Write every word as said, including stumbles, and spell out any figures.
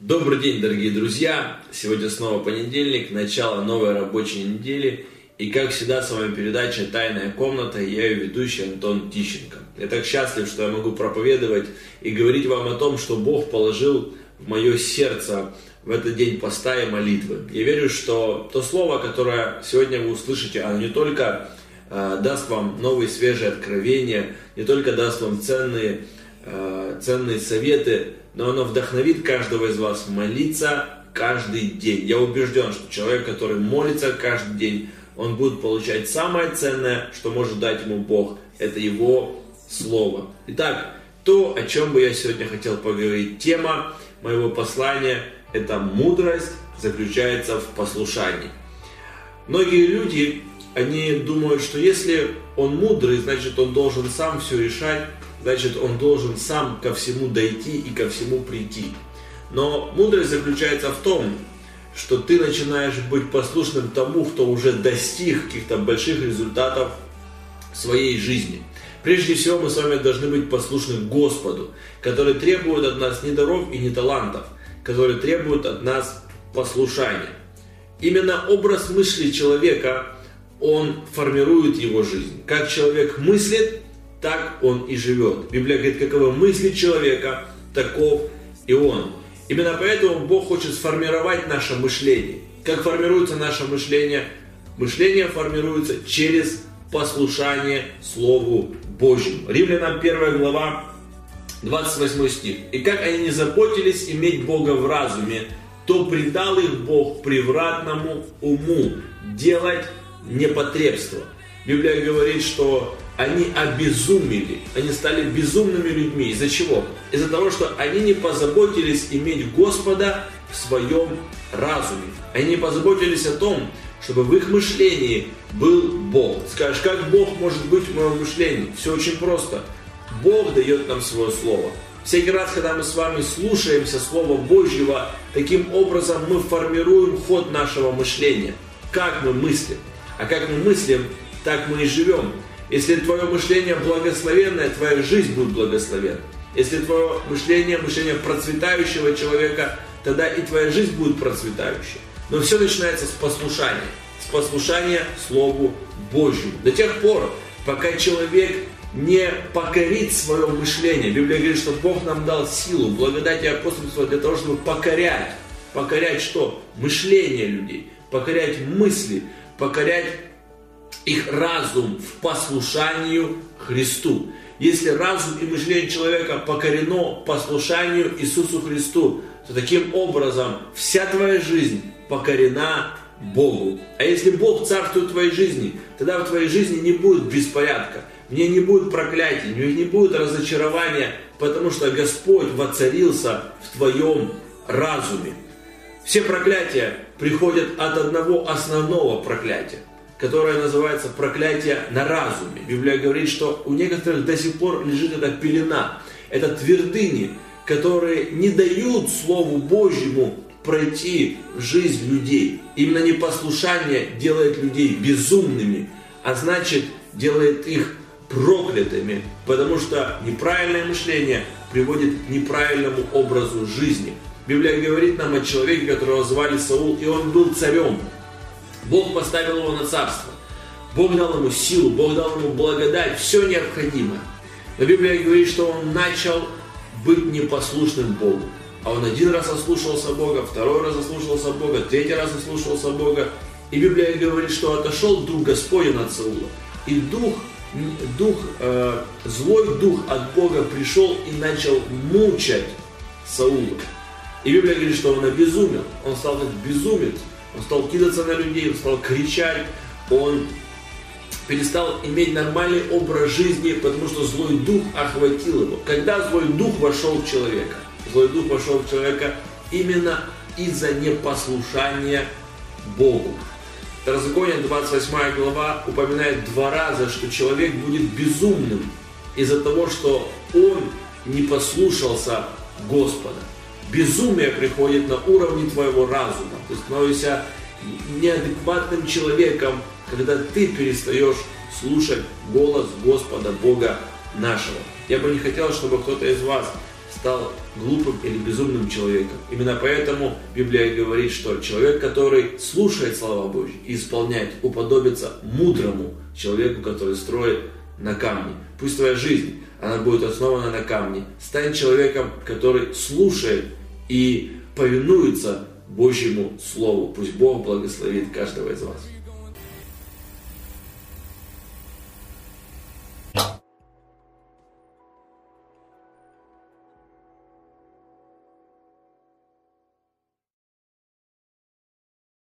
Добрый день, дорогие друзья! Сегодня снова понедельник, начало новой рабочей недели. И как всегда с вами передача «Тайная комната», и я ее ведущий Антон Тищенко. Я так счастлив, что я могу проповедовать и говорить вам о том, что Бог положил в мое сердце в этот день поста и молитвы. Я верю, что то слово, которое сегодня вы услышите, оно не только э, даст вам новые свежие откровения, не только даст вам ценные, э, ценные советы, но оно вдохновит каждого из вас молиться каждый день. Я убежден, что человек, который молится каждый день, он будет получать самое ценное, что может дать ему Бог. Это Его Слово. Итак, то, о чем бы я сегодня хотел поговорить, тема моего послания – это мудрость заключается в послушании. Многие люди, они думают, что если он мудрый, значит он должен сам все решать, значит он должен сам ко всему дойти и ко всему прийти. Но мудрость заключается в том, что ты начинаешь быть послушным тому, кто уже достиг каких-то больших результатов в своей жизни. Прежде всего мы с вами должны быть послушны Господу, который требует от нас не даров и не талантов, который требует от нас послушания. Именно образ мысли человека, он формирует его жизнь. Как человек мыслит, так он и живет. Библия говорит, каковы мысли человека, таков и он. Именно поэтому Бог хочет сформировать наше мышление. Как формируется наше мышление? Мышление формируется через послушание Слову Божьему. Римлянам первая глава, двадцать восьмой стих. «И как они не заботились иметь Бога в разуме, то предал их Бог превратному уму делать непотребство». Библия говорит, что они обезумели, они стали безумными людьми. Из-за чего? Из-за того, что они не позаботились иметь Господа в своем разуме. Они не позаботились о том, чтобы в их мышлении был Бог. Скажешь, как Бог может быть в моем мышлении? Все очень просто. Бог дает нам свое Слово. Всякий раз, когда мы с вами слушаемся Слова Божьего, таким образом мы формируем ход нашего мышления. Как мы мыслим. А как мы мыслим, так мы и живем. Если твое мышление благословенное, твоя жизнь будет благословенна. Если твое мышление, мышление процветающего человека, тогда и твоя жизнь будет процветающей. Но все начинается с послушания. С послушания Слову Божьему. До тех пор, пока человек не покорит свое мышление. Библия говорит, что Бог нам дал силу, благодать и апостольство для того, чтобы покорять. Покорять что? Мышление людей. Покорять мысли. Покорять их разум в послушанию Христу. Если разум и мышление человека покорено послушанию Иисусу Христу, то таким образом вся твоя жизнь покорена Богу. А если Бог царствует в твоей жизни, тогда в твоей жизни не будет беспорядка, в ней не будет проклятий, в ней не будет разочарования, потому что Господь воцарился в твоем разуме. Все проклятия приходят от одного основного проклятия, которое называется проклятие на разуме. Библия говорит, что у некоторых до сих пор лежит эта пелена, это твердыни, которые не дают Слову Божьему пройти в жизнь людей. Именно непослушание делает людей безумными, а значит делает их проклятыми, потому что неправильное мышление приводит к неправильному образу жизни. Библия говорит нам о человеке, которого звали Саул, и он был царем. Бог поставил его на царство. Бог дал ему силу, Бог дал ему благодать, все необходимое. Но Библия говорит, что он начал быть непослушным Богу. А он один раз ослушался Бога, второй раз ослушался Бога, третий раз ослушался Бога. И Библия говорит, что отошел дух Господень от Саула. И дух, дух э, злой дух от Бога пришел и начал мучать Саула. И Библия говорит, что он обезумел, он стал как безумец. Он стал кидаться на людей, он стал кричать, он перестал иметь нормальный образ жизни, потому что злой дух охватил его. Когда злой дух вошел в человека? Злой дух вошел в человека именно из-за непослушания Богу. Второзаконие двадцать восьмая глава упоминает два раза, что человек будет безумным из-за того, что он не послушался Господа. Безумие приходит на уровне твоего разума. Ты становишься неадекватным человеком, когда ты перестаешь слушать голос Господа Бога нашего. Я бы не хотел, чтобы кто-то из вас стал глупым или безумным человеком. Именно поэтому Библия говорит, что человек, который слушает слова Божьи и исполняет, уподобится мудрому человеку, который строит на камне. Пусть твоя жизнь, она будет основана на камне. Стань человеком, который слушает и повинуется Божьему Слову. Пусть Бог благословит каждого из вас.